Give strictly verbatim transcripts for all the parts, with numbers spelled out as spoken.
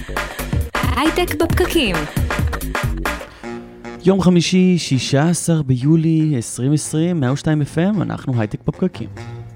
הייטק בפקקים. יום חמישי, שישה עשר ביולי עשרים עשרים, מאה ושתיים אף אם, אנחנו הייטק בפקקים.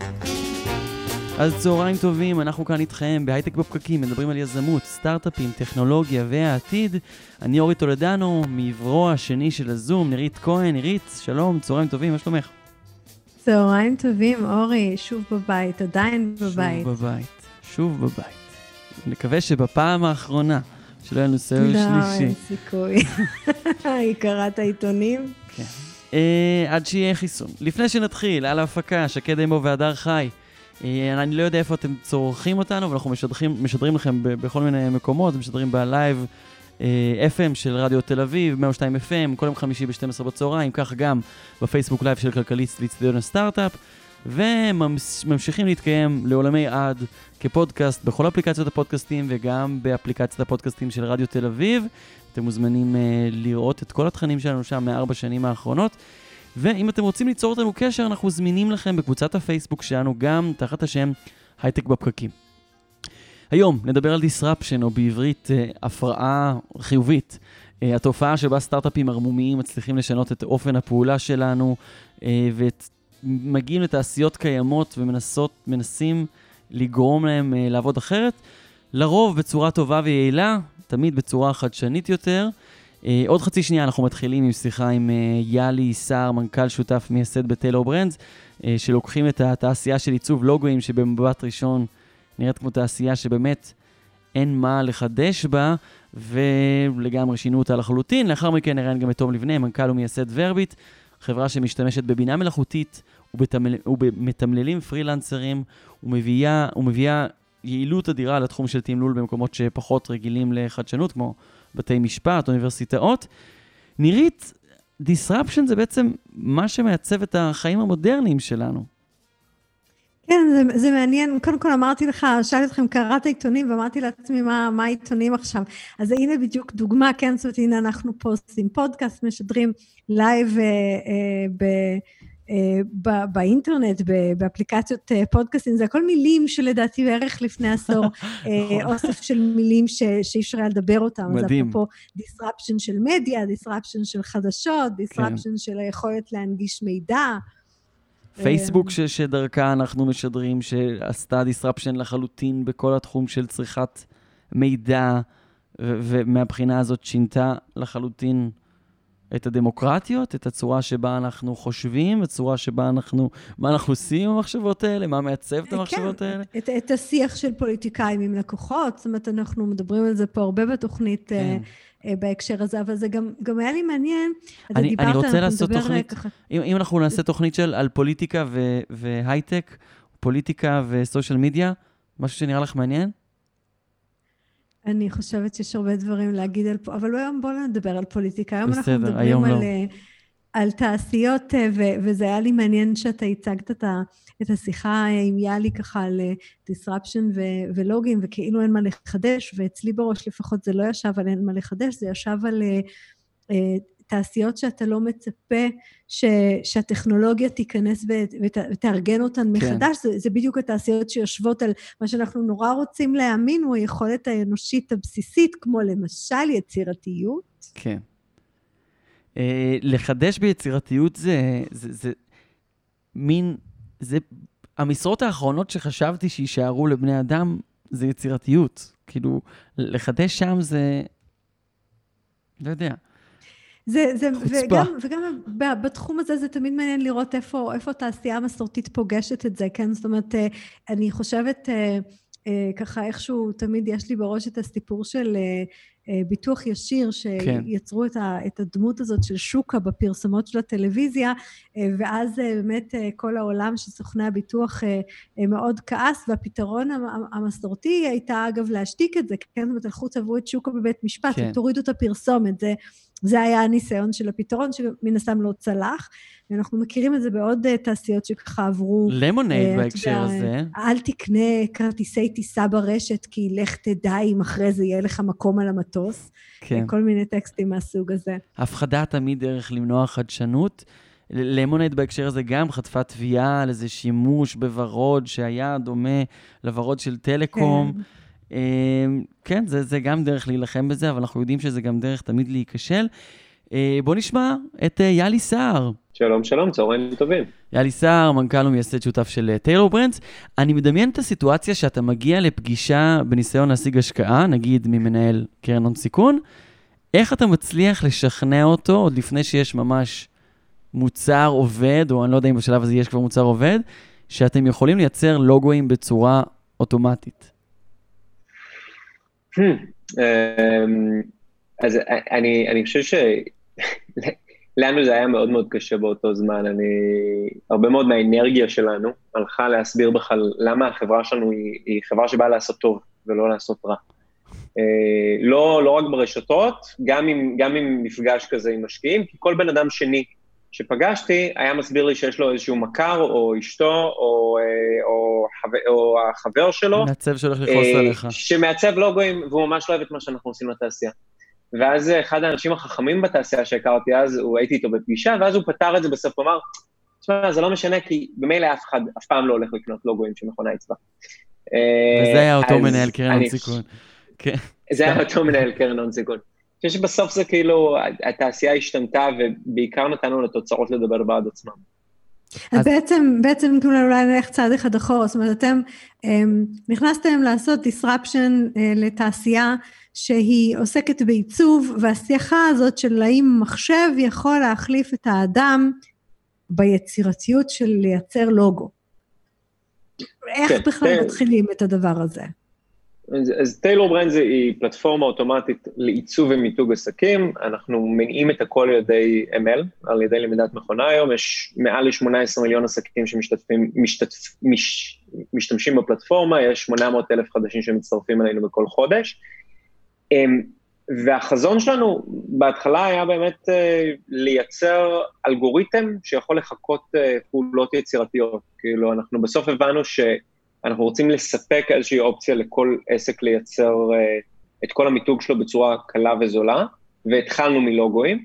אז צהריים טובים, אנחנו כאן איתכם בהייטק בפקקים, מדברים על יזמות, סטארט-אפים, טכנולוגיה והעתיד. אני אורי טולדנו, מעברו השני של הזום, נירית כהן. נירית, שלום, צהריים טובים, מה שלומך? צהריים טובים, אורי, שוב בבית, עדיין בבית. שוב בבית, שוב בבית. נקווה שבפעם האחרונה, שלא יהיה לנו סבב שלישי. לא, אין סיכוי. היא קראת העיתונים? כן. עד שיהיה חיסון. לפני שנתחיל, על ההפקה, שקד אימו והדר חי. אני לא יודע איפה אתם צורכים אותנו, אבל אנחנו משדרים, משדרים לכם בכל מיני מקומות, משדרים בלייב אף אם של רדיו תל אביב, מאה ושתיים אף אם, כל יום חמישי ב-שתים עשרה בצהריים, כך גם בפייסבוק לייב של כלכליסט ואצטדיון הסטארט-אפ, וממשיכים להתקיים לעולמי עד כפודקאסט בכל אפליקציות הפודקאסטים, וגם באפליקציית הפודקאסטים של רדיו תל אביב. אתם מוזמנים לראות את כל התכנים שלנו שם מארבע שנים האחרונות. ואם אתם רוצים ליצור אותנו קשר, אנחנו זמינים לכם בקבוצת הפייסבוק שלנו, גם תחת השם הייטק בפקקים. היום נדבר על disruption, או בעברית הפרעה חיובית. התופעה שבה סטארט-אפים ערמומיים מצליחים לשנות את אופן הפעולה שלנו, ומגיעים לתעשיות קיימות ומנסות, מנסים לגרום להם לעבוד אחרת, לרוב בצורה טובה ויעילה, תמיד בצורה חדשנית יותר. Uh, עוד חצי שנייה אנחנו מתחילים עם שיחה עם uh, יאלי סער, מנכ"ל שותף מייסד בטיילור ברנדס, uh, שלוקחים את התעשייה של עיצוב לוגויים שבמבט ראשון נראית כמו תעשייה שבאמת אין מה לחדש בה, ולגמרי שינו אותה לחלוטין. לאחר מכן נראה גם את תום לבנה, מנכ"ל ומייסד ורביט, חברה שמשתמשת בבינה מלאכותית ובתמל... ובמתמללים פרילנסרים, ומביאה, ומביאה יעילות אדירה לתחום של תמלול במקומות שפחות רגילים לחדשנות, כמו בתי משפט, אוניברסיטאות. נירית, disruption זה בעצם מה שמעצב את החיים המודרניים שלנו. כן, זה, זה מעניין. קודם כל אמרתי לך, שאלתי אתכם, קראת עיתונים, ואמרתי לעצמי מה, מה העיתונים עכשיו. אז הנה בדיוק דוגמה, כן, זאת אומרת, הנה אנחנו פה עושים פודקאסט, משדרים לייב אה, אה, ב... באינטרנט, באפליקציות פודקאסטים, זה הכל מילים שלדעתי בערך לפני עשור, אוסף של מילים שאי אפשר היה לדבר אותם. מדהים. זה פה disruption של מדיה, disruption של חדשות, disruption של היכולת להנגיש מידע. פייסבוק שדרכה אנחנו משדרים, שעשתה disruption לחלוטין בכל התחום של צריכת מידע, ומהבחינה הזאת שינתה לחלוטין את הדמוקרטיות, את הצורה שבה אנחנו חושבים, הצורה שבה אנחנו, מה אנחנו עושים עם המחשבות האלה, מה מעצב את המחשבות האלה. כן, את, את השיח של פוליטיקאים עם לקוחות, זאת אומרת, אנחנו מדברים על זה פה הרבה בתוכנית כן. uh, בהקשר הזה, אבל זה גם, גם היה לי מעניין, אתה אני, דיברת, אני רוצה לעשות נדבר תוכנית, ככה... אם, אם אנחנו נעשה תוכנית של על פוליטיקה ו, והייטק, פוליטיקה וסושיאל מדיה, משהו שנראה לך מעניין? אני חושבת שיש הרבה דברים להגיד על פה, אבל היום בואו נדבר על פוליטיקה. היום בסדר, אנחנו מדברים היום על, לא. על תעשיות, ו- וזה היה לי מעניין שאתה הצגת את, ה- את השיחה עם יאלי ככה על disruption ו- ולוגים, וכאילו אין מה לחדש, ואצלי בראש לפחות זה לא ישב על אין מה לחדש, זה ישב על uh, תעשיות שאתה לא מצפה ש- שהטכנולוגיה תיכנס ות- ות- ותארגן אותן מחדש, כן. זה, זה בדיוק התעשיות שיושבות על מה שאנחנו נורא רוצים להאמין, הוא היכולת האנושית הבסיסית, כמו למשל יצירתיות. כן. Uh, לחדש ביצירתיות זה, זה, זה מין, זה, המשרות האחרונות שחשבתי שישארו לבני אדם, זה יצירתיות. כאילו, לחדש שם זה, לא יודע. זה, זה, וגם, וגם בתחום הזה זה תמיד מעניין לראות איפה, איפה התעשייה המסורתית פוגשת את זה, כן? זאת אומרת, אני חושבת ככה איכשהו, תמיד יש לי בראש את הסיפור של ביטוח ישיר, שיצרו את, ה, את הדמות הזאת של שוקה בפרסומות של הטלוויזיה, ואז באמת כל העולם של סוכני הביטוח מאוד כעס, והפתרון המסורתי הייתה אגב להשתיק את זה, כן? זאת אומרת, הלכו צבעו את שוקה בבית משפט, כן. ותורידו את הפרסומת, זה... זה היה הניסיון של הפתרון, שמן הסתם לא צלח, ואנחנו מכירים את זה בעוד תעשיות שככה עברו. למונייד בהקשר הזה. אל תקנה כרטיסי טיסה ברשת, כי לך תדע אם אחרי זה יהיה לך מקום על המטוס. כן. כל מיני טקסטים מהסוג הזה. הפחדה תמיד דרך למנוע חדשנות. למונייד בהקשר הזה גם חטפה תביעה על איזה שימוש בוורוד, שהיה דומה לוורוד של טלקום. כן. כן, זה, זה גם דרך להילחם בזה, אבל אנחנו יודעים שזה גם דרך תמיד להיכשל. בוא נשמע את יאלי סער. שלום, שלום, צהריים טובים. יאלי סער, מנכ"ל ומייסד שותף של טיילור ברנדס. אני מדמיין את הסיטואציה שאתה מגיע לפגישה בניסיון להשיג השקעה, נגיד ממנהל קרן הון סיכון, איך אתה מצליח לשכנע אותו עוד לפני שיש ממש מוצר עובד, או אני לא יודע אם בשלב הזה יש כבר מוצר עובד, שאתם יכולים לייצר לוגויים בצורה אוטומטית? אז אני, אני חושב ש... לנו זה היה מאוד מאוד קשה באותו זמן. אני, הרבה מאוד מהאנרגיה שלנו הלכה להסביר בכלל למה החברה שלנו היא, היא חברה שבאה לעשות טוב ולא לעשות רע. לא, לא רק ברשתות, גם עם, גם עם מפגש כזה עם משקיעים, כי כל בן אדם שני שפגשתי היה מסביר לי שיש לו איזשהו מכר או אשתו או, או, חבר, או החבר שלו. מעצב שהולך לכעוס עליך. שמעצב לוגויים, והוא ממש לא אוהב את מה שאנחנו עושים לתעשייה. ואז אחד האנשים החכמים בתעשייה שהכרתי אז, הוא הייתי איתו בפגישה, ואז הוא פתר את זה בסוף, הוא אמר, תשמע, זה לא משנה, כי במילא אף אחד אף פעם לא הולך לקנות לוגויים שמכונה אצבע. וזה היה אותו מנהל קרן הון סיכון. זה היה אותו מנהל קרן הון סיכון. אני חושב שבסוף זה כאילו, התעשייה השתנתה, ובעיקר נתנו לתוצאות לדבר בעד עצמם. אז בעצם, בעצם אולי נלך צעד אחד אחורה, זאת אומרת, אתם נכנסתם לעשות disruption לתעשייה, שהיא עוסקת בעיצוב, והשיחה הזאת של האם מחשב יכול להחליף את האדם ביצירתיות של לייצר לוגו. איך כן, בכלל כן. מתחילים את הדבר הזה? אז, אז טיילור ברנדס היא פלטפורמה אוטומטית לעיצוב ומיתוג עסקים, אנחנו מניעים את הכל על ידי אם אל, על ידי למידת מכונה היום, יש מעל ל-שמונה עשרה מיליון עסקים שמשתתפים, משתתפ, מש, משתמשים בפלטפורמה, יש שמונה מאות אלף חדשים שמצטרפים אלינו בכל חודש, והחזון שלנו בהתחלה היה באמת לייצר אלגוריתם שיכול לחכות פעולות יצירתיות, כאילו אנחנו בסוף הבנו שאנחנו רוצים לספק איזושהי אופציה לכל עסק לייצר את כל המיתוג שלו בצורה קלה וזולה, והתחלנו מלוגויים.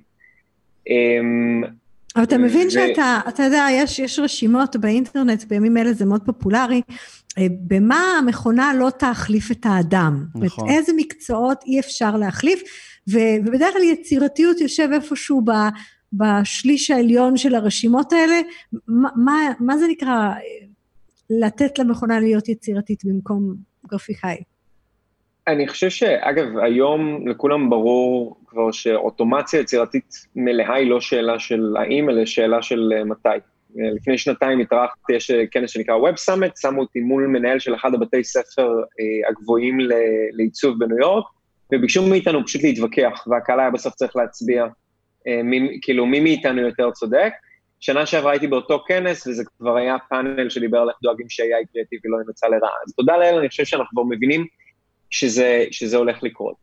אבל אתה מבין שאתה, אתה יודע, יש, יש רשימות באינטרנט, בימים אלה זה מאוד פופולרי, במה המכונה לא תחליף את האדם, נכון. איזה מקצועות אי אפשר להחליף, ובדרך כלל יצירתיות יושב איפשהו בשליש העליון של הרשימות האלה, מה, מה, מה זה נקרא לתת למכונה להיות יצירתית במקום גרפיקאי? אני חושב שאגב, היום לכולם ברור כבר שאוטומציה יצירתית מלאה היא לא שאלה של האם, אלא שאלה של מתי. לפני שנתיים התארחתי, יש כנס שנקרא Web Summit, שמו אותי מול מנהל של אחד הבתי ספר הגבוהים לעיצוב בניו יורק, וביקשו מאיתנו פשוט להתווכח, והקהל היה בסוף צריך להצביע, כאילו מי מאיתנו יותר צודק. שנה שעברה הייתי באותו כנס, וזה כבר היה פאנל שדיבר על איך דואגים ש-איי איי קריאטיבי לא ימצא לרעה. אז תודה לאל, אני חושב שאנחנו כבר מבינים שזה, שזה הולך לקרות.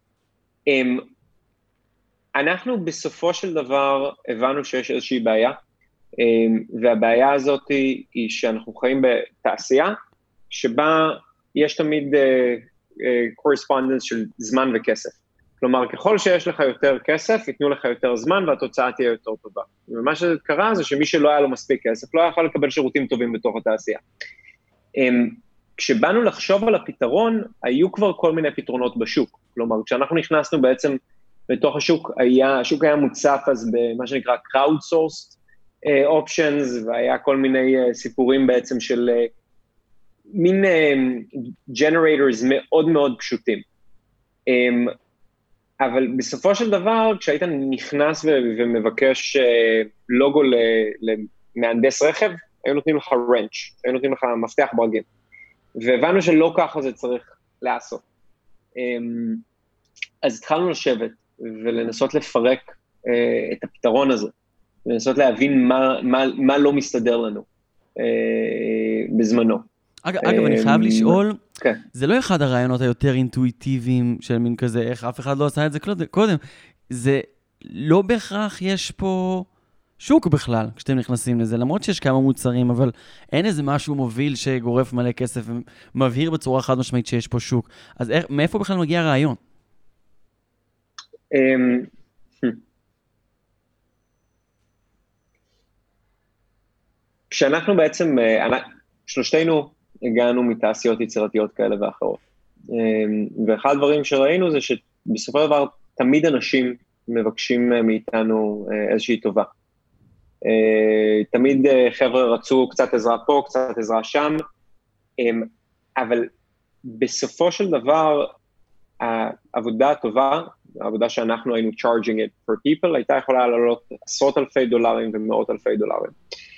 אנחנו בסופו של דבר הבנו שיש איזושהי בעיה, והבעיה הזאת היא, היא שאנחנו חיים בתעשייה, שבה יש תמיד uh, uh, correspondence של זמן וכסף. כלומר, ככל שיש לך יותר כסף, ייתנו לך יותר זמן, והתוצאה תהיה יותר טובה. ומה שקרה זה שמי שלא היה לו מספיק כסף, לא יכול לקבל שירותים טובים בתוך התעשייה. Um, כשבאנו לחשוב על הפתרון, היו כבר כל מיני פתרונות בשוק. כלומר, כשאנחנו נכנסנו בעצם בתוך השוק, היה, השוק היה מוצף אז במה שנקרא crowdsourced, אופשנס, והיה כל מיני סיפורים בעצם של מין generators מאוד מאוד פשוטים. אבל בסופו של דבר, כשהיית נכנס ומבקש לוגו למהנדס רכב, היו נותנים לך רנץ', היו נותנים לך מפתח ברגל. והבנו שלא ככה זה צריך לעשות. אז התחלנו לשבת ולנסות לפרק את הפתרון הזה. לנסות להבין מה, מה, מה לא מסתדר לנו אה, בזמנו. אגב, אגב, אני חייב לשאול, כן. זה לא אחד הרעיונות היותר אינטואיטיביים של מין כזה, איך אף אחד לא עשה את זה קודם, זה לא בהכרח יש פה שוק בכלל, כשאתם נכנסים לזה, למרות שיש כמה מוצרים, אבל אין איזה משהו מוביל שגורף מלא כסף, ומבהיר בצורה חד משמעית שיש פה שוק. אז איך, מאיפה בכלל מגיע הרעיון? כשאנחנו בעצם, שלושתנו הגענו מתעשיות יצירתיות כאלה ואחרות, ואחד הדברים שראינו זה שבסופו של דבר תמיד אנשים מבקשים מאיתנו איזושהי טובה. תמיד חבר'ה רצו קצת עזרה פה, קצת עזרה שם, אבל בסופו של דבר, העבודה הטובה, העבודה שאנחנו היינו charging it for people, הייתה יכולה לעלות עשרות אלפי דולרים ומאות אלפי דולרים.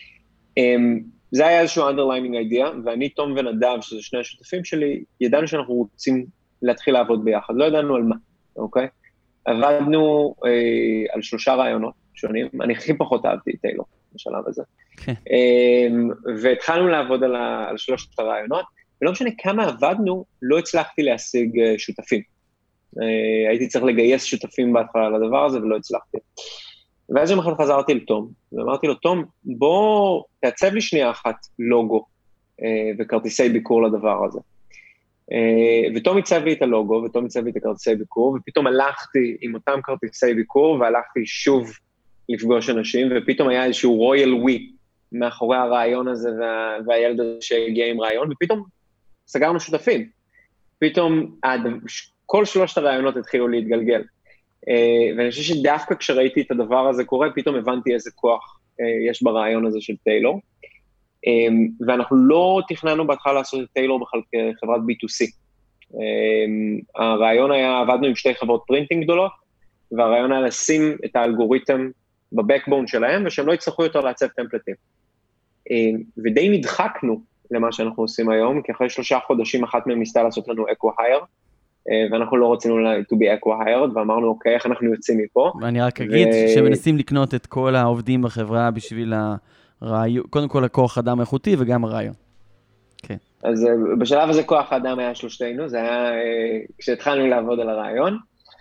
זה היה איזשהו underlining idea, ואני, תום ונדב, שזה שני השותפים שלי, ידענו שאנחנו רוצים להתחיל לעבוד ביחד, לא ידענו על מה, אוקיי? עבדנו אה, על שלושה רעיונות שונים, אני הכי פחות אהבתי את טיילור בשלב הזה, okay. אה, והתחלנו לעבוד על, ה, על שלושת הרעיונות, ולא משנה כמה עבדנו, לא הצלחתי להשיג אה, שותפים. אה, הייתי צריך לגייס שותפים בהתחלה לדבר הזה, ולא הצלחתי. ואז יום אחד חזרתי לתום, ואמרתי לו, תום, בוא תעצב לי שנייה אחת לוגו אה, וכרטיסי ביקור לדבר הזה. אה, ותום יצב לי את הלוגו, ותום יצב לי את הכרטיסי ביקור, ופתאום הלכתי עם אותם כרטיסי ביקור, והלכתי שוב לפגוש אנשים, ופתאום היה איזשהו רויאל ווי מאחורי הרעיון הזה, וה, והילד הזה שהגיע עם רעיון, ופתאום סגרנו שותפים. פתאום כל שלושת הרעיונות התחילו להתגלגל. Uh, ואני חושב שדווקא כשראיתי את הדבר הזה קורה, פתאום הבנתי איזה כוח uh, יש ברעיון הזה של טיילור, um, ואנחנו לא תכננו בהתחלה לעשות את טיילור בכלל כחברת בי טו סי. Um, הרעיון היה, עבדנו עם שתי חברות פרינטינג גדולות, והרעיון היה לשים את האלגוריתם בבקבון שלהם, ושהם לא יצטרכו יותר לעצב טמפלטים. Um, ודי נדחקנו למה שאנחנו עושים היום, כי אחרי שלושה חודשים אחת מהם ניסתה לעשות לנו אקו-הייר, ואנחנו לא רצינו to be acquired, ואמרנו, אוקיי, איך אנחנו יוצאים מפה? ואני רק אגיד שמנסים לקנות את כל העובדים בחברה בשביל הרעיון, קודם כל הכוח אדם איכותי וגם הרעיון. כן. אז בשלב הזה כוח האדם היה שלושתנו, זה היה כשהתחלנו לעבוד על הרעיון,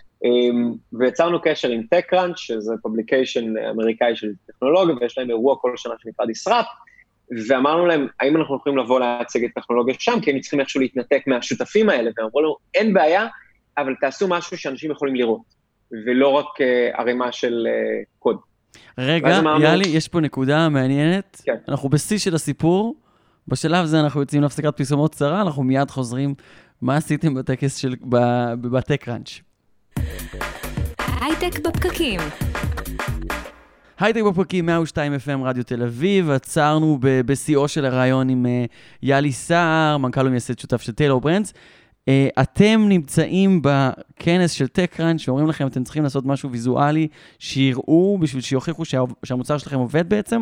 ויצרנו קשר עם TechCrunch, שזה פובליקיישן אמריקאי של טכנולוגיה, ויש להם אירוע כל שנה שנקרא דיסראפט, ואמרנו להם, האם אנחנו יכולים לבוא להציג את טכנולוגיה שם, כי הם צריכים איכשהו להתנתק מהשותפים האלה, ואמרו לנו, אין בעיה, אבל תעשו משהו שאנשים יכולים לראות, ולא רק uh, ערימה של uh, קוד. רגע, אמרנו, יאלי, יש פה נקודה מעניינת, כן. אנחנו בשיא של הסיפור, בשלב זה אנחנו יוצאים להפסקת פרסומות קצרה, אנחנו מיד חוזרים, מה עשיתם בטקס של, בטק-קראנץ'. הייטק בפקקים. הייטק בפקקים, מאה ושתיים אף אם רדיו תל אביב, עצרנו בשיאו של הרעיון עם יאלי סער, מנכ"ל ומייסד שותף של טיילור ברנדס. אתם נמצאים בכנס של TechCrunch, שאומרים לכם, אתם צריכים לעשות משהו ויזואלי, שיראו בשביל שיוכיחו שהמוצר שלכם עובד בעצם?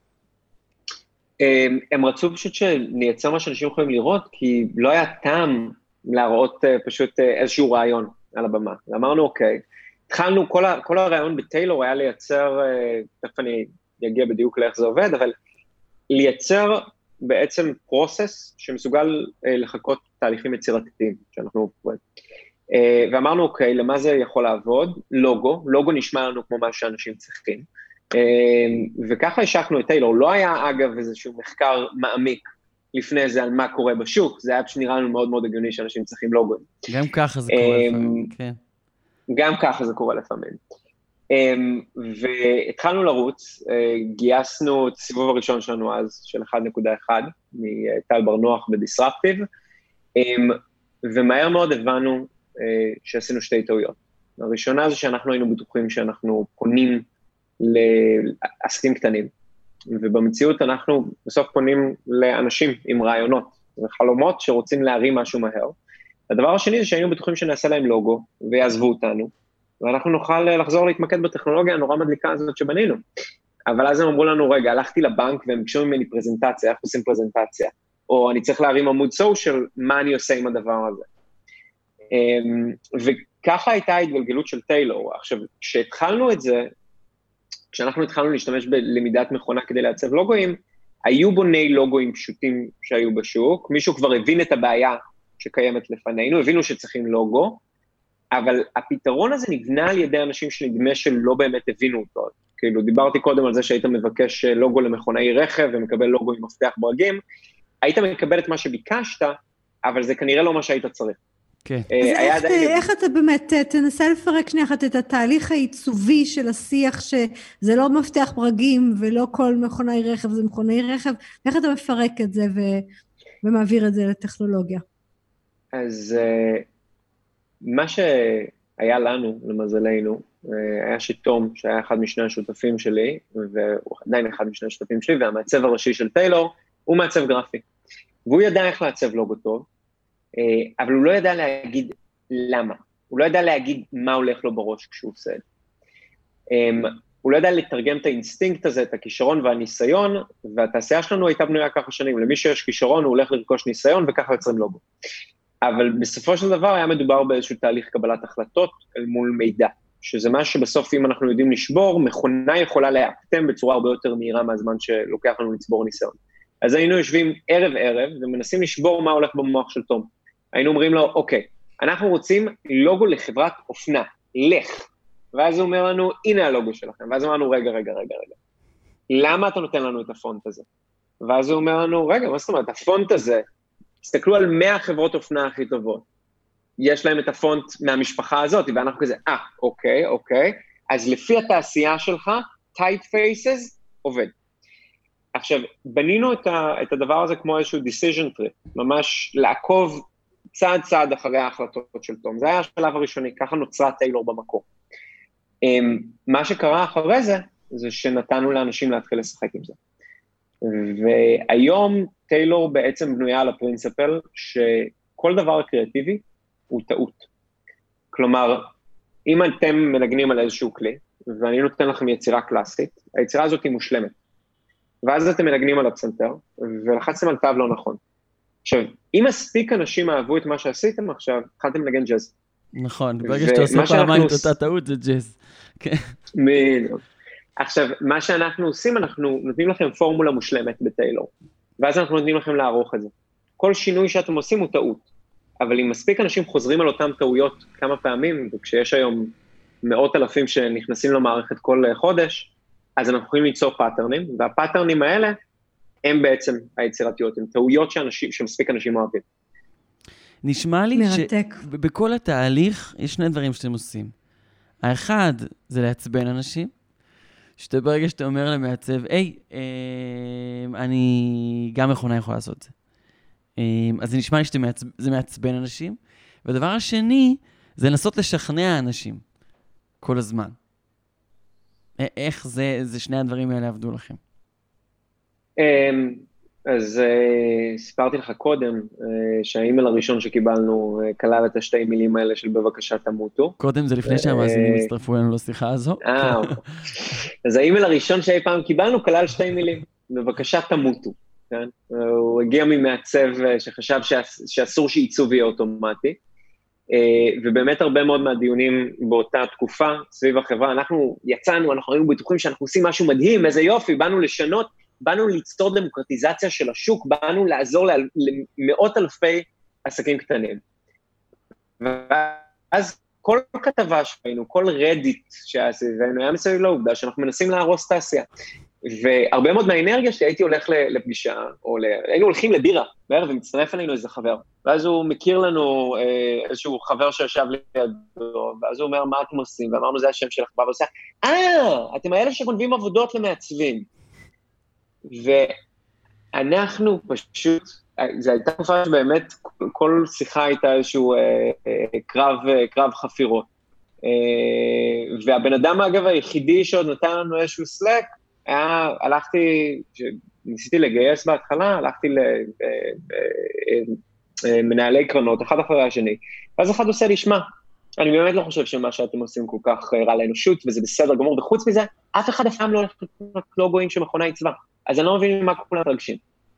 הם רצו פשוט שנייצר מה שאנשים יכולים לראות, כי לא היה טעם להראות פשוט איזשהו רעיון על הבמה. אמרנו, אוקיי, התחלנו, כל, ה, כל הרעיון בטיילור היה לייצר, תכף אני אגיע בדיוק לאיך זה עובד, אבל לייצר בעצם פרוסס שמסוגל לחכות תהליכים יצירתיים שאנחנו עובדים. ואמרנו, אוקיי, למה זה יכול לעבוד? לוגו, לוגו נשמע לנו כמו מה שאנשים צריכים. וככה השקנו את טיילור. לא היה, אגב, איזשהו מחקר מעמיק לפני זה על מה קורה בשוק, זה היה שנראה לנו מאוד מאוד הגיוני שאנשים צריכים לוגו. גם ככה זה קורה לפעמים, כן. גם ככה זה קורה לפעמים. והתחלנו לרוץ, גייסנו את הסיבוב הראשון שלנו אז, של אחת נקודה אחת, מטל ברנוח בדיסרפטיב, ומהר מאוד הבנו שעשינו שתי טעויות. הראשונה זה שאנחנו היינו בטוחים שאנחנו פונים לעסקים קטנים, ובמציאות אנחנו בסוף פונים לאנשים עם רעיונות וחלומות שרוצים להרים משהו מהר. הדבר השני זה שהיינו בטוחים שנעשה להם לוגו ויעזבו אותנו, ואנחנו נוכל לחזור להתמקד בטכנולוגיה הנורא מדליקה הזאת שבנינו. אבל אז הם אמרו לנו, רגע, הלכתי לבנק והם ביקשו ממני פרזנטציה, איך עושים פרזנטציה? או אני צריך להרים עמוד סושיאל, מה אני עושה עם הדבר הזה? וככה הייתה ההתגלגלות של טיילור. עכשיו, כשהתחלנו את זה, כשאנחנו התחלנו להשתמש בלמידת מכונה כדי לעצב לוגויים, היו בוני לוגויים פשוטים שהיו בשוק, מישהו כבר הבין את הבעיה שקיימת לפנינו, הבינו שצריכים לוגו, אבל הפתרון הזה נבנה על ידי אנשים שנדמה שלא באמת הבינו אותו. כאילו, דיברתי קודם על זה שהיית מבקש לוגו למכונאי רכב, ומקבל לוגו עם מפתח ברגים, היית מקבל את מה שביקשת, אבל זה כנראה לא מה שהיית צריך. כן. אז איך אתה באמת, תנסה לפרק שנייה אחת את התהליך העיצובי של השיח, שזה לא מפתח ברגים, ולא כל מכונאי רכב, זה מכונאי רכב, איך אתה מפרק את זה ומעביר את זה לטכנולוגיה? אז מה שהיה לנו, למזלנו, היה שתום, שהיה אחד משני השותפים שלי, והוא עדיין אחד משני השותפים שלי, והמעצב הראשי של טיילור, הוא מעצב גרפי. והוא ידע איך לעצב לוגו טוב, אבל הוא לא ידע להגיד למה. הוא לא ידע להגיד מה הולך לו בראש כשהוא עושה את זה. הוא לא ידע לתרגם את האינסטינקט הזה, את הכישרון והניסיון, והתעשייה שלנו הייתה בנויה ככה שנים. למי שיש כישרון, הוא הולך לרכוש ניסיון, וככה יוצרים לוגו. אבל בסופו של דבר היה מדובר באיזשהו תהליך קבלת החלטות אל מול מידע, שזה משהו שבסוף אם אנחנו יודעים לשבור, מכונה יכולה להפתם בצורה הרבה יותר מהירה מהזמן שלוקח לנו לצבור ניסיון. אז היינו יושבים ערב ערב, ומנסים לשבור מה הולך במוח של תום. היינו אומרים לו, אוקיי, אנחנו רוצים לוגו לחברת אופנה, לך. ואז הוא אומר לנו, הנה הלוגו שלכם. ואז הוא אומר לנו, רגע, רגע, רגע, רגע. למה אתה נותן לנו את הפונט הזה? ואז הוא אומר לנו, רגע, מה זאת אומרת, הפונט הזה, תסתכלו על מאה חברות אופנה הכי טובות. יש להם את הפונט מהמשפחה הזאת, ואנחנו כזה, אה, אוקיי, אוקיי. אז לפי התעשייה שלך, טייפ פייסס עובד. עכשיו, בנינו את, ה, את הדבר הזה כמו איזשהו decision tree, ממש לעקוב צעד צעד אחרי ההחלטות של תום. זה היה השלב הראשוני, ככה נוצרה טיילור במקור. מה שקרה אחרי זה, זה שנתנו לאנשים להתחיל לשחק עם זה. והיום טיילור בעצם בנויה על הפרינציפל שכל דבר קריאטיבי הוא טעות. כלומר, אם אתם מנגנים על איזשהו כלי, ואני נותן לכם יצירה קלאסית, היצירה הזאת היא מושלמת. ואז אתם מנגנים על הפסנתר, ולחצתם על תו לא נכון. עכשיו, אם מספיק אנשים אהבו את מה שעשיתם עכשיו, התחלתם לנגן ג'אז. נכון, ברגע שאתה עושה פעמיים את אותה טעות, זה ג'אז. עכשיו, מה שאנחנו עושים, אנחנו נותנים לכם פורמולה מושלמת בטיילור, ואז אנחנו נותנים לכם לערוך את זה. כל שינוי שאתם עושים הוא טעות, אבל אם מספיק אנשים חוזרים על אותם טעויות כמה פעמים, וכשיש היום מאות אלפים שנכנסים למערכת כל חודש, אז אנחנו יכולים ליצור פאטרנים, והפאטרנים האלה הם בעצם היצירתיות, הם טעויות שאנשים, שמספיק אנשים אוהבים. נשמע לי שבכל התהליך יש שני דברים שאתם עושים. האחד זה לעצבן אנשים, שאתה ברגע שאתה אומר למעצב, היי, אני גם מכונה יכולה לעשות את זה. אז זה נשמע לי שזה מעצבן אנשים. והדבר השני זה לנסות לשכנע אנשים כל הזמן. איך זה, זה שני הדברים האלה עבדו לכם? אז סיפרתי לך קודם שהאימייל הראשון שקיבלנו כלל את השתי מילים האלה של בבקשה תמותו. קודם זה לפני שהמאזינים הצטרפו אלינו לשיחה הזו. אה, אוקיי. אז האימייל הראשון שאי פעם קיבלנו כלל שתי מילים, בבקשה תמותו. הוא הגיע ממעצב שחשב שאסור שעיצוב יהיה אוטומטי, ובאמת הרבה מאוד מהדיונים באותה תקופה סביב החברה, אנחנו יצאנו, אנחנו היינו בטוחים שאנחנו עושים משהו מדהים, איזה יופי, באנו לשנות, באנו ליצור דמוקרטיזציה של השוק, באנו לעזור למאות אלפי עסקים קטנים. ואז כל כתבה שהיינו, כל רדיט שהיינו, היה מסביב לעובדה שאנחנו מנסים להרוס תעשייה. והרבה מאוד מהאנרגיה שהייתי הולך לפגישה, או היינו הולכים לבירה, בערב, ומצטרף אלינו איזה חבר, ואז הוא מכיר לנו איזשהו חבר שישב לידו, ואז הוא אומר, מה אתם עושים? ואמרנו, זה השם שלך, והוא עושה, אה, אתם האלה שגונבים עבודות למעצבים. ואנחנו פשוט, זו הייתה תקופה שבאמת כל שיחה הייתה איזשהו קרב, קרב חפירות. והבן אדם, אגב, היחידי שעוד נתן לנו איזשהו סלק, היה, הלכתי, ניסיתי לגייס בהתחלה, הלכתי למנהלי קרנות, אחד אחרי השני, ואז אחד עושה לי, שמע, אני באמת לא חושב שמה שאתם עושים כל כך רע לאנושות, וזה בסדר גמור, וחוץ מזה, אף אחד אף פעם לא הולך לקנות לוגויים שמכונה עיצבה, אז אני לא מבין מה כולם מרגשים.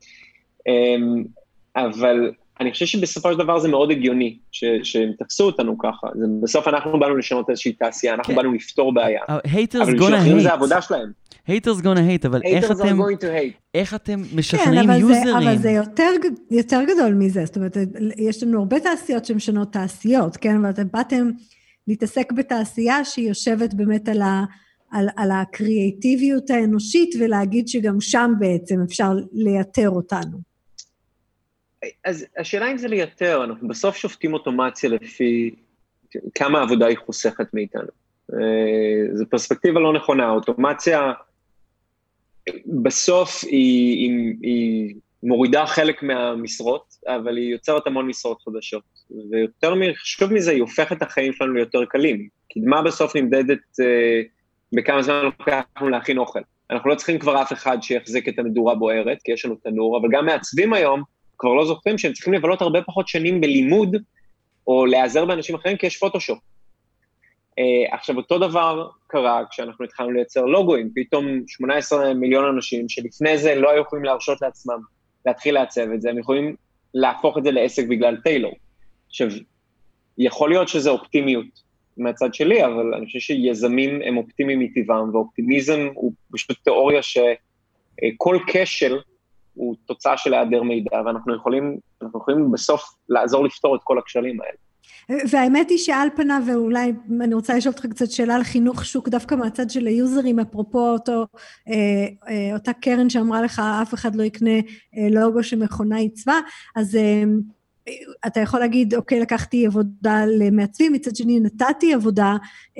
אבל אני חושב שבסופו של דבר זה מאוד הגיוני, שהם תפסו אותנו ככה, בסוף אנחנו באנו לשנות איזושהי תעשייה, אנחנו באנו לפתור בעיה, אבל בשביל זה העבודה שלהם. haters gonna hate, אבל איך אתם, איך אתם משכנעים יוזרים? אבל זה יותר גדול מזה, זאת אומרת, יש לנו הרבה תעשיות שמשנות תעשיות, כן? ואתם באתם להתעסק בתעשייה שהיא יושבת באמת על ה... על, על הקריאטיביות האנושית, ולהגיד שגם שם בעצם אפשר לייתר אותנו. אז השאלה אם זה לייתר, אנחנו בסוף שופטים אוטומציה לפי כמה עבודה היא חוסכת מאיתנו. זו פרספקטיבה לא נכונה, האוטומציה בסוף היא, היא, היא מורידה חלק מהמשרות, אבל היא יוצרת המון משרות חדשות. ויותר חשוב מזה, היא הופכת את החיים שלנו ליותר קלים. קדמה בסוף נמדדת אה, בכמה זמן לוקחנו להכין אוכל. אנחנו לא צריכים כבר אף אחד שיחזיק את המדורה בוערת, כי יש לנו תנור, אבל גם מעצבים היום כבר לא זוכרים שהם צריכים לבלות הרבה פחות שנים בלימוד, או להיעזר באנשים אחרים, כי יש פוטושופ. Uh, עכשיו, אותו דבר קרה כשאנחנו התחלנו לייצר לוגוים, פתאום שמונה עשרה מיליון אנשים שלפני זה לא היו יכולים להרשות לעצמם להתחיל לעצב את זה, הם יכולים להפוך את זה לעסק בגלל טיילור. עכשיו, יכול להיות שזה אופטימיות מהצד שלי, אבל אני חושב שיזמים הם אופטימיים מטבעם, ואופטימיזם הוא פשוט תיאוריה שכל כשל הוא תוצאה של היעדר מידע, ואנחנו יכולים, אנחנו יכולים בסוף לעזור לפתור את כל הכשלים האלה. והאמת היא שעל פניו, ואולי אני רוצה לשאול אותך קצת שאלה על חינוך שוק, דווקא מהצד של היוזרים, אפרופו אותו, אותה קרן שאמרה לך, אף אחד לא יקנה לוגו שמכונה עיצבה, אז אתה יכול להגיד, אוקיי, לקחתי עבודה למעצבים, מצד שני נתתי עבודה,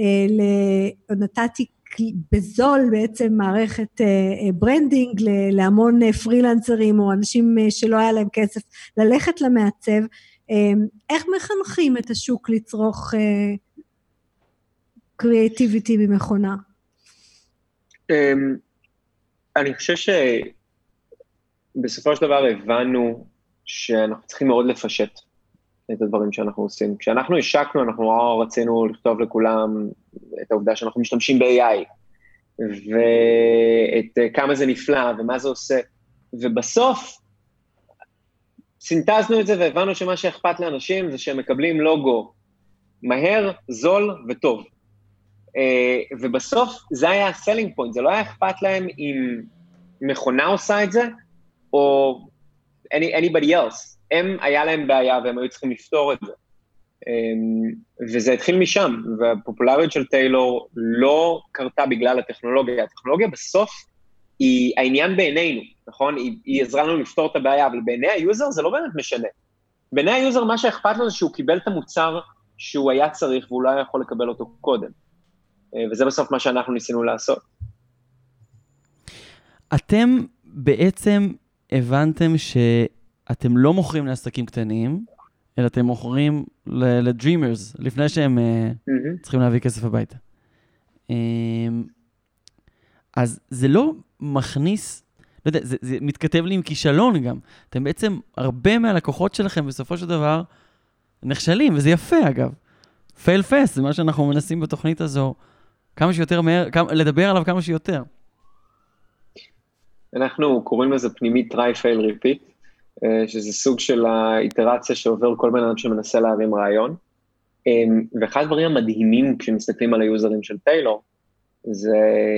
נתתי בזול בעצם מערכת ברנדינג להמון פרילנסרים, או אנשים שלא היה להם כסף ללכת למעצב, איך מחנכים את השוק לצרוך קריאטיביטי במכונה? אני חושב שבסופו של דבר הבנו שאנחנו צריכים מאוד לפשט את הדברים שאנחנו עושים. כשאנחנו השקנו, אנחנו רצינו לכתוב לכולם את העובדה שאנחנו משתמשים ב-איי איי, ואת כמה זה נפלא ומה זה עושה, ובסוף סינטזנו את זה והבנו שמה שאכפת לאנשים זה שהם מקבלים לוגו מהר, זול וטוב. ובסוף זה היה ה-selling point, זה לא היה אכפת להם אם מכונה עושה את זה, או anybody else. הם היה להם בעיה והם היו צריכים לפתור את זה. וזה התחיל משם, והפופולריות של טיילור לא קרתה בגלל הטכנולוגיה. הטכנולוגיה בסוף היא העניין בעינינו, נכון? היא, היא עזרה לנו לפתור את הבעיה, אבל בעיני היוזר זה לא באמת משנה. בעיני היוזר מה שאכפת לו זה שהוא קיבל את המוצר שהוא היה צריך, והוא לא היה יכול לקבל אותו קודם. וזה בסוף מה שאנחנו ניסינו לעשות. אתם בעצם הבנתם שאתם לא מוכרים לעסקים קטנים, אלא אתם מוכרים לדרימרס, לפני שהם mm-hmm. צריכים להביא כסף הביתה. אז זה לא מכניס, לא יודע, זה, זה מתכתב לי עם כישלון גם. אתם בעצם, הרבה מהלקוחות שלכם בסופו של דבר נכשלים, וזה יפה אגב. פייל פסט, זה מה שאנחנו מנסים בתוכנית הזו, כמה שיותר מהר, כמה, לדבר עליו כמה שיותר. אנחנו קוראים לזה פנימית try fail repeat, שזה סוג של האיטרציה שעובר כל בן אדם שמנסה להרים רעיון. ואחד הדברים המדהימים כשמסתכלים על היוזרים של טיילור, זה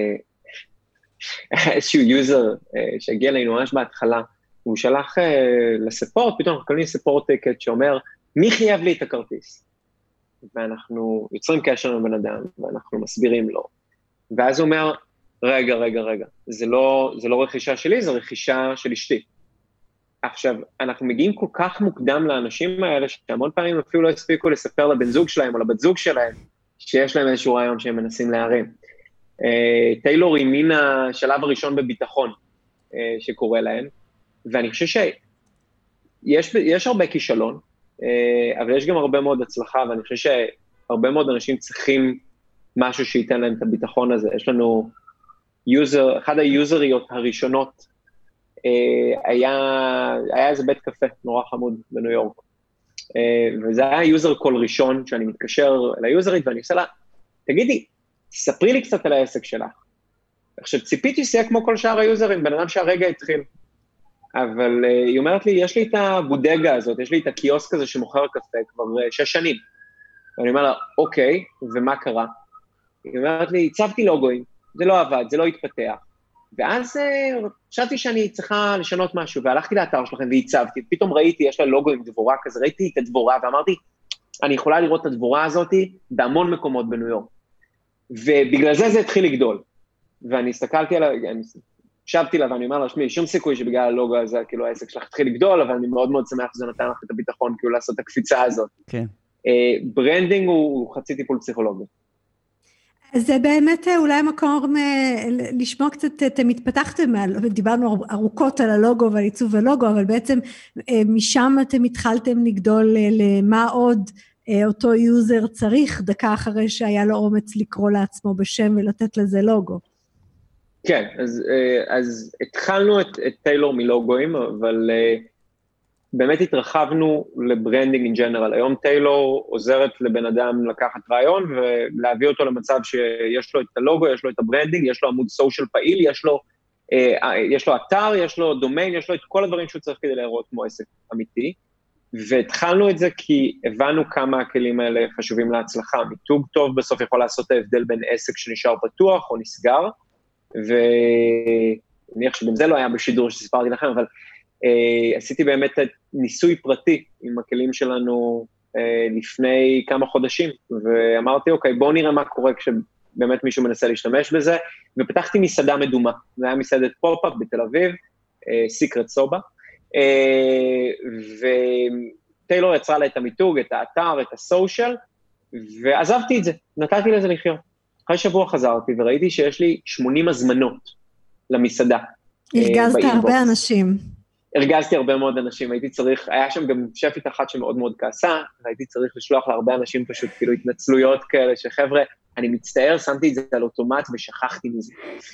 איזשהו יוזר שהגיע אלינו ממש בהתחלה, הוא שלח לספורט, פתאום אנחנו קוראים ספורט טיקט שאומר, מי חייב לי את הכרטיס? ואנחנו יוצרים קשר עם בן אדם, ואנחנו מסבירים לו. ואז הוא אומר, רגע, רגע, רגע, זה לא, זה לא רכישה שלי, זה רכישה של אשתי. עכשיו, אנחנו מגיעים כל כך מוקדם לאנשים האלה, שהמון פעמים אפילו לא הספיקו לספר לבן זוג שלהם, או לבת זוג שלהם, שיש להם איזשהו רעיון שהם מנסים להרים. טיילור היא מן השלב הראשון בביטחון שקורה להם, ואני חושב שיש יש הרבה כישלון, אבל יש גם הרבה מאוד הצלחה, ואני חושב שהרבה מאוד אנשים צריכים משהו שייתן להם את הביטחון הזה. יש לנו יוזר, אחד היוזריות הראשונות, היה, היה איזה בית קפה נורא חמוד בניו יורק, וזה היה יוזר קול ראשון, שאני מתקשר ליוזרית ואני עושה לה, תגידי, ספרי לי קצת על העסק שלך. עכשיו, ציפיתי שיהיה כמו כל שאר היוזרים, בן אדם שהרגע התחיל. אבל uh, היא אומרת לי, יש לי את הבודגה הזאת, יש לי את הקיוסק הזה שמוכר קפה כבר uh, שש שנים. ואני אומר לה, אוקיי, ומה קרה? היא אומרת לי, הצבתי לוגוים, זה לא עבד, זה לא התפתח. ואז uh, חשבתי שאני צריכה לשנות משהו, והלכתי לאתר שלכם והצבתי, פתאום ראיתי, יש לה לוגו עם דבורה כזה, ראיתי את הדבורה, ואמרתי, אני יכולה לראות את הדבורה הזאת בהמון מקומות בניו יורק. ובגלל זה זה התחיל לגדול. ואני הסתכלתי עליה, אני שבתי לה, ואני אומר לה, שמי, שום סיכוי שבגלל הלוגו הזה, כאילו העסק שלך התחיל לגדול, אבל אני מאוד מאוד שמח שזה נתן לך את הביטחון, כאילו לעשות את הקפיצה הזאת. כן. ברנדינג הוא חצי טיפול פסיכולוגי. אז זה באמת אולי מקום לשמוע קצת, אתם התפתחתם, דיברנו ארוכות על הלוגו ועל עיצוב הלוגו, אבל בעצם משם אתם התחלתם לגדול למה עוד אותו יוזר צריך דקה אחרי שהיה לו אומץ לקרוא לעצמו בשם ולתת לזה לוגו. כן, אז, אז התחלנו את, את טיילור מלוגוים, אבל באמת התרחבנו לברנדינג אין ג'נרל. היום טיילור עוזרת לבן אדם לקחת רעיון ולהביא אותו למצב שיש לו את הלוגו, יש לו את הברנדינג, יש לו עמוד סושיאל פעיל, יש לו, יש לו אתר, יש לו דומיין, יש לו את כל הדברים שהוא צריך כדי להראות כמו עסק אמיתי. והתחלנו את זה כי הבנו כמה הכלים האלה חשובים להצלחה. מיתוג טוב בסוף יכול לעשות ההבדל בין עסק שנשאר פתוח או נסגר, ואני חושב שגם זה לא היה בשידור שסיפרתי לכם, אבל uh, עשיתי באמת ניסוי פרטי עם הכלים שלנו uh, לפני כמה חודשים, ואמרתי, אוקיי, בואו נראה מה קורה כשבאמת מישהו מנסה להשתמש בזה, ופתחתי מסעדה מדומה, זה היה מסעדת פופ-אפ בתל אביב, סיקרט סובה, וטיילור יצרה לה את המיתוג, את האתר, את הסושיאל, ועזבתי את זה, נתתי לזה לחיות. אחרי שבוע חזרתי וראיתי שיש לי שמונים הזמנות למסעדה. הרגזת הרבה אנשים. הרגזתי הרבה מאוד אנשים, הייתי צריך, היה שם גם שפית אחת שמאוד מאוד כעסה, והייתי צריך לשלוח להרבה אנשים פשוט כאילו התנצלויות כאלה, שחבר'ה, אני מצטער, שמתי את זה על אוטומט ושכחתי מזה.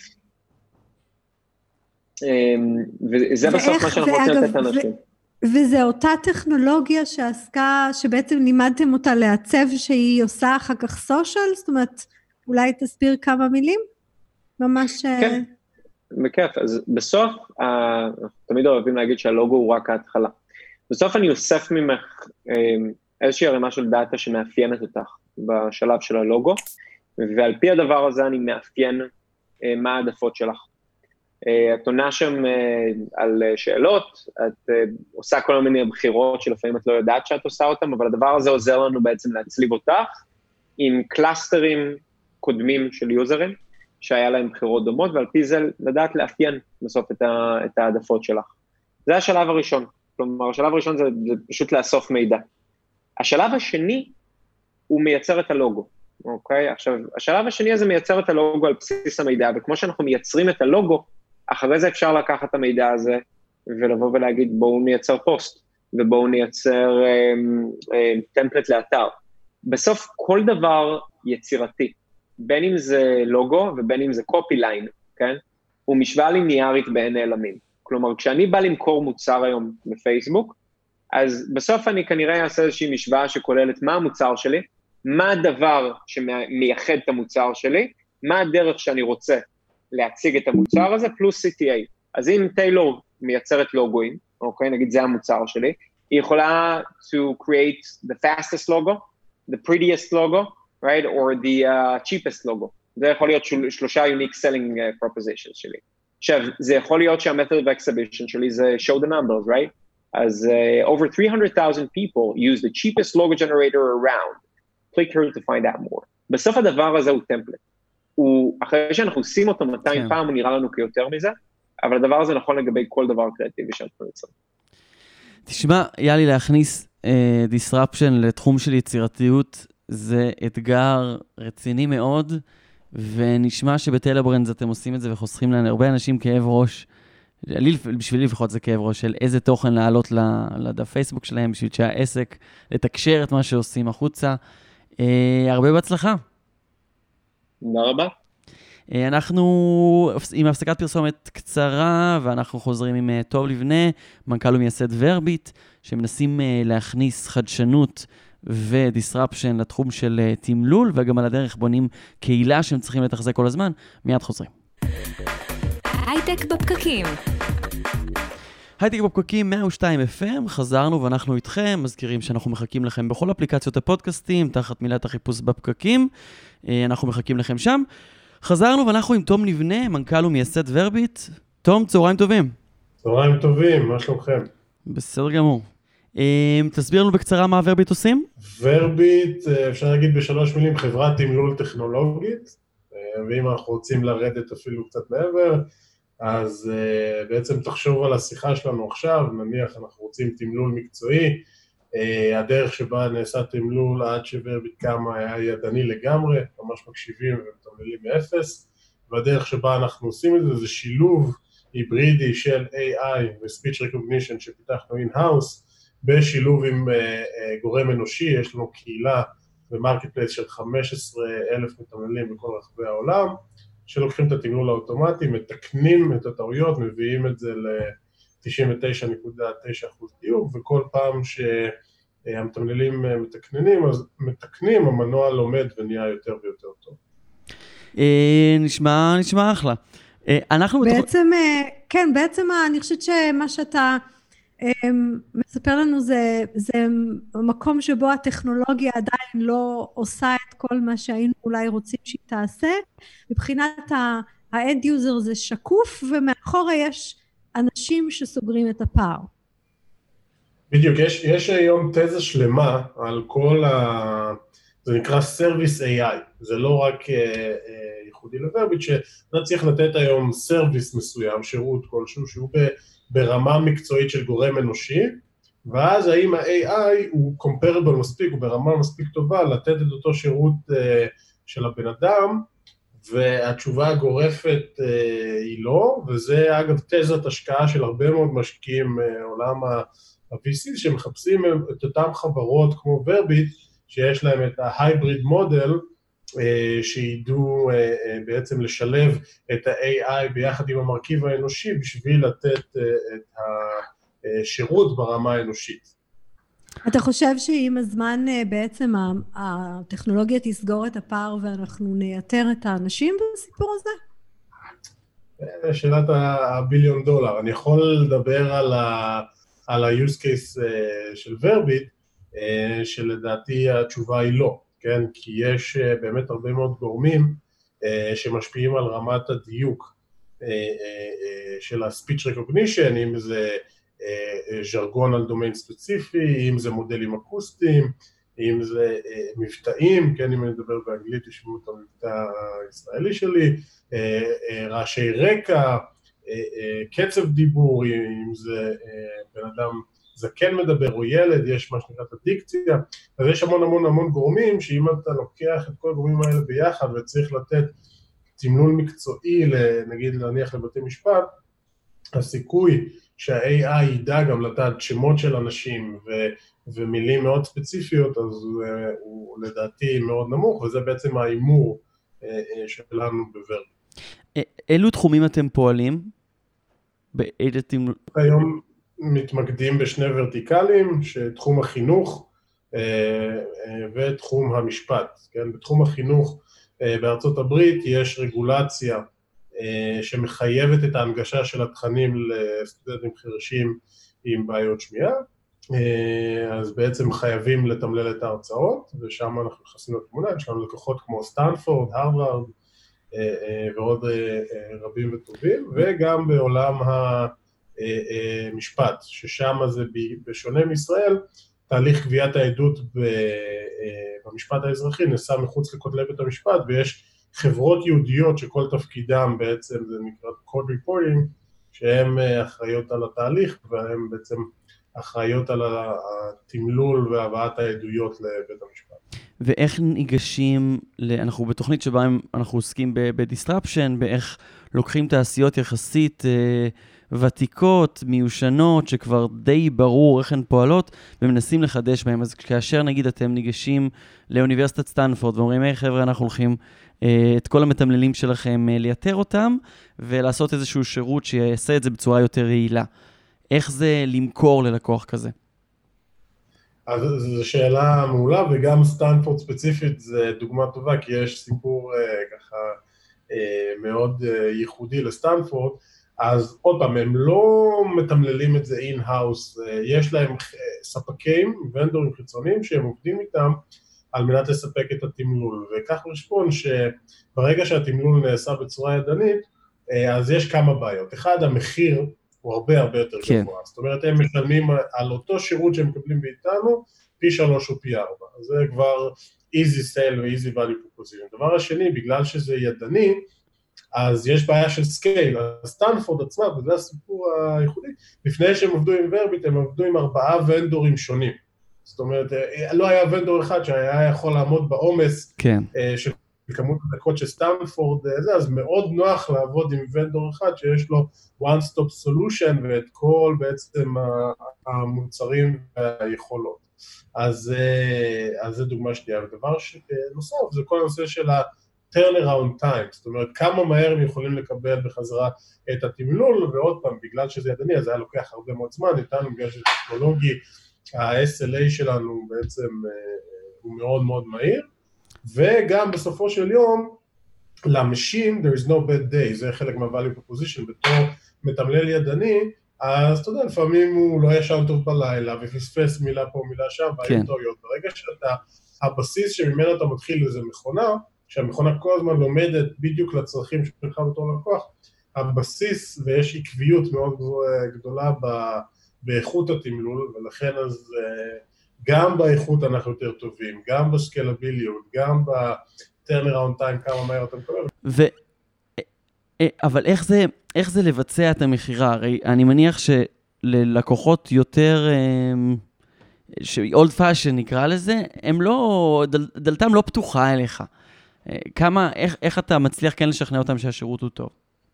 וזה בסוף מה שאנחנו רוצים לתת לאנשים. וזה אותה טכנולוגיה שעסקה, שבעצם לימדתם אותה לעצב שהיא עושה אחר כך סושיאל, זאת אומרת, אולי תסביר כמה מילים? ממש... כן, בכיף. אז בסוף, אנחנו תמיד אוהבים להגיד שהלוגו הוא רק ההתחלה. בסוף אני אוסף ממך איזושהי ערימה של דאטה שמאפיינת אותך בשלב של הלוגו, ועל פי הדבר הזה אני מאפיין מה העדפות שלך. את עונה שם על שאלות, את עושה כל מיני בחירות שלפעמים את לא יודעת שאת עושה אותם, אבל הדבר הזה עוזר לנו בעצם להצליב אותך עם קלאסטרים קודמים של יוזרים, שהיה להם בחירות דומות, ועל פי זה לדעת לאפיין בסוף את, ה, את העדפות שלך. זה השלב הראשון, כלומר, השלב הראשון זה, זה פשוט לאסוף מידע. השלב השני הוא מייצר את הלוגו, אוקיי? עכשיו, השלב השני הזה מייצר את הלוגו על בסיס המידע, וכמו שאנחנו מייצרים את הלוגו, אחרי זה אפשר לקחת את המידע הזה, ולבוא ולהגיד, בואו נייצר פוסט, ובואו נייצר טמפלט לאתר. בסוף, כל דבר יצירתי, בין אם זה לוגו, ובין אם זה קופי ליין, כן? הוא משוואה ליניארית בין נעלמים. כלומר, כשאני בא למכור מוצר היום בפייסבוק, אז בסוף אני כנראה אעשה איזושהי משוואה שכוללת מה המוצר שלי, מה הדבר שמייחד את המוצר שלי, מה הדרך שאני רוצה להציג את המוצר הזה, פלוס סי טי איי. אז אם טיילור מייצרת לוגוים, אוקיי, נגיד זה המוצר שלי, היא יכולה to create the fastest logo, the prettiest logo, right, or the uh, cheapest logo. זה יכול להיות של, שלושה unique selling uh, propositions שלי. עכשיו, זה יכול להיות שה-method of exhibition שלי זה show the numbers, right? אז uh, over three hundred thousand people use the cheapest logo generator around. Click here to find out more. בסוף הדבר הזה הוא טמפלט. הוא, אחרי שאנחנו עושים אותו מאתיים פעם, הוא נראה לנו כיותר מזה, אבל הדבר הזה נכון לגבי כל דבר קריאטיבי שאנחנו יוצרים. תשמע, יאלי, להכניס אה, disruption לתחום של יצירתיות, זה אתגר רציני מאוד, ונשמע שבטלר ברנדס אתם עושים את זה וחוסכים להרבה אנשים כאב ראש, לי, בשבילי לפחות זה כאב ראש של איזה תוכן לעלות לדף פייסבוק שלהם, בשביל שהעסק לתקשר את מה שעושים החוצה. אה, הרבה בהצלחה. תודה רבה. אנחנו עם הפסקת פרסומת קצרה, ואנחנו חוזרים עם טוב לבנה, מנכ"ל ומייסד ורביט, שמנסים להכניס חדשנות ודיסרפשן לתחום של תמלול, וגם על הדרך בונים קהילה שהם צריכים לתחזק כל הזמן. מיד חוזרים. הייטק בפקקים. הייטק בפקקים מאה ושתיים אף אם, חזרנו ואנחנו איתכם, מזכירים שאנחנו מחכים לכם בכל אפליקציות הפודקאסטים, תחת מילת החיפוש בפקקים, אנחנו מחכים לכם שם. חזרנו ואנחנו עם תום לבנה, מנכ"ל ומייסד ורביט. תום, צהריים טובים. צהריים טובים, מה שלומכם? בסדר גמור. תסביר לנו בקצרה מה ורביט עושים? ורביט, אפשר להגיד בשלוש מילים, חברת תמלול טכנולוגית, ואם אנחנו רוצים לרדת אפילו קצת מעבר, אז uh, בעצם תחשוב על השיחה שלנו עכשיו, נניח אנחנו רוצים תמלול מקצועי, uh, הדרך שבה נעשה תמלול עד שוורביט קמה היה ידני לגמרי, ממש מקשיבים ומתמללים מתמללים מאפס, והדרך שבה אנחנו עושים את זה זה שילוב היברידי של איי איי ו-Speech Recognition שפיתחנו in-house, בשילוב עם uh, uh, גורם אנושי. יש לנו קהילה ומרקט פלייס של חמישה עשר אלף מתמללים בכל רחבי העולם, שלוקחים את התמלול האוטומטי, מתקנים את הטעויות, מביאים את זה ל-תשעים ותשע נקודה תשע אחוז דיוק, וכל פעם שהמתמללים מתקננים, אז מתקנים, המנוע לומד ונהיה יותר ויותר טוב. נשמע, נשמע אחלה. אנחנו בעצם, כן, בעצם אני חושבת שמה שאתה מספר לנו זה, זה מקום שבו הטכנולוגיה עדיין לא עושה את כל מה שהיינו אולי רוצים שהיא תעשה. מבחינת ה-end user זה שקוף, ומאחורה יש אנשים שסוגרים את הפער. בדיוק, יש, יש היום תזה שלמה על כל ה... זה נקרא Service איי איי, זה לא רק uh, uh, ייחודי לוורביט, שאתה צריך לתת היום סרוויס מסוים, שירות כלשהו, שהוא ב, ברמה מקצועית של גורם אנושי, ואז האם ה-איי איי הוא comparable מספיק, הוא ברמה מספיק טובה, לתת את אותו שירות uh, של הבן אדם, והתשובה הגורפת uh, היא לא, וזה אגב תזת השקעה של הרבה מאוד משקיעים uh, עולם ה-וי סי, שמחפשים את אותם חברות כמו ורביט, שיש להם את ההייבריד מודל, שידעו בעצם לשלב את ה-איי איי ביחד עם המרכיב האנושי, בשביל לתת את השירות ברמה האנושית. אתה חושב שעם הזמן בעצם הטכנולוגיה תסגור את הפער, ואנחנו נייתר את האנשים בסיפור הזה? שאלת הביליון דולר. אני יכול לדבר על ה-use case של ורביט, שלדעתי התשובה היא לא, כן? כי יש באמת הרבה מאוד גורמים שמשפיעים על רמת הדיוק של ה-Speech Recognition, אם זה ז'רגון על דומיין ספציפי, אם זה מודלים אקוסטיים, אם זה מבטאים, כן, אם אני מדבר באנגלית, תשמעו את המבטא הישראלי שלי, רעשי רקע, קצב דיבור, אם זה בן אדם זקן מדבר או ילד, יש מה שנקרא את הדיקציה, אז יש המון המון המון גורמים, שאם אתה לוקח את כל הגורמים האלה ביחד, וצריך לתת תמלול מקצועי, נגיד להניח לבתי משפט, הסיכוי שה-איי איי ידע גם לתת שמות של אנשים, ו- ומילים מאוד ספציפיות, אז הוא, הוא לדעתי מאוד נמוך, וזה בעצם האימור שלנו בוורביט. אילו תחומים אתם פועלים? באיזה תמלול? היום מתמקדים בשני ורטיקלים, שתחום החינוך ותחום המשפט. כן? בתחום החינוך בארצות הברית יש רגולציה שמחייבת את ההנגשה של התכנים לסטודנטים חירשים עם בעיות שמיעה, אז בעצם חייבים לתמלל את ההרצאות, ושם אנחנו נכנסים לתמונה, יש לנו לקוחות כמו סטנפורד, הרווארד ועוד רבים וטובים, וגם בעולם המשפט, ששם זה בשונה מישראל, תהליך קביעת העדות במשפט האזרחי נעשה מחוץ לכותלי בית המשפט, ויש חברות יהודיות שכל תפקידם בעצם זה נקרא code reporting, שהן אחראיות על התהליך, והן בעצם אחראיות על התמלול והבאת העדויות לבית המשפט. ואיך ניגשים, אנחנו בתוכנית שבה אנחנו עוסקים בדיסטרפשן, באיך לוקחים תעשיות יחסית ותיקות, מיושנות, שכבר די ברור איך הן פועלות, ומנסים לחדש בהן. אז כאשר נגיד אתם ניגשים לאוניברסיטת סטנפורד, ואומרים, היי חבר'ה, אנחנו הולכים את כל המתמללים שלכם לייתר אותם, ולעשות איזשהו שירות שיעשה את זה בצורה יותר רעילה. איך זה למכור ללקוח כזה? אז זו שאלה מעולה, וגם סטנפורד ספציפית זה דוגמה טובה, כי יש סיפור ככה מאוד ייחודי לסטנפורד, אז עוד פעם, הם לא מתמללים את זה אין-האוס, יש להם ספקים, ונדורים חיצוניים שהם עובדים איתם, על מנת לספק את התמלול, וכך לשפון שברגע שהתמלול נעשה בצורה ידנית, אז יש כמה בעיות. אחד, המחיר הוא הרבה הרבה יותר כן. גבוה, זאת אומרת, הם משלמים על אותו שירות שהם מקבלים מאיתנו, פי שלוש או פי ארבע, זה כבר easy sale ו-easy value proposition. דבר השני, בגלל שזה ידני, אז יש בעיה של סקייל, הסטנפורד עצמה, וזה הסיפור הייחודי, לפני שהם עבדו עם ורביט, הם עבדו עם ארבעה ונדורים שונים, זאת אומרת, לא היה ונדור אחד שהיה יכול לעמוד בעומס כן. של כמות הדקות שסטנפורד זה, אז מאוד נוח לעבוד עם ונדור אחד שיש לו one stop solution ואת כל בעצם המוצרים והיכולות. אז, אז זה דוגמה שנייה. ודבר נוסף זה כל הנושא של ה-turnaround time, זאת אומרת כמה מהר הם יכולים לקבל בחזרה את התמלול, ועוד פעם בגלל שזה ידני אז זה היה לוקח הרבה מאוד זמן, איתנו בגלל שזה טכנולוגי, ה-אס אל איי שלנו בעצם הוא מאוד מאוד מהיר, וגם בסופו של יום, למשין, there is no bad day, זה חלק מה-value proposition, בתור מתמלל ידני, אז אתה יודע, לפעמים הוא לא ישן טוב בלילה, ופספס מילה פה, מילה שם, והיו טעויות. ברגע שאתה, הבסיס שממנו אתה מתחיל לזה מכונה, שהמכונה כל הזמן לומדת בדיוק לצרכים שלך בתור לקוח, הבסיס, ויש עקביות מאוד גדולה באיכות התמלול, ולכן אז גם באיכות אנחנו יותר טובים, גם בסקלביליות, גם ב-turnaround time, כמה מהר אתה מקבל. ו... אבל איך זה, איך זה לבצע את המחירה? הרי אני מניח שללקוחות יותר, ש-old fashion נקרא לזה, הם לא, דל, דלתם לא פתוחה אליך. כמה, איך, איך אתה מצליח כן לשכנע אותם שהשירות הוא טוב?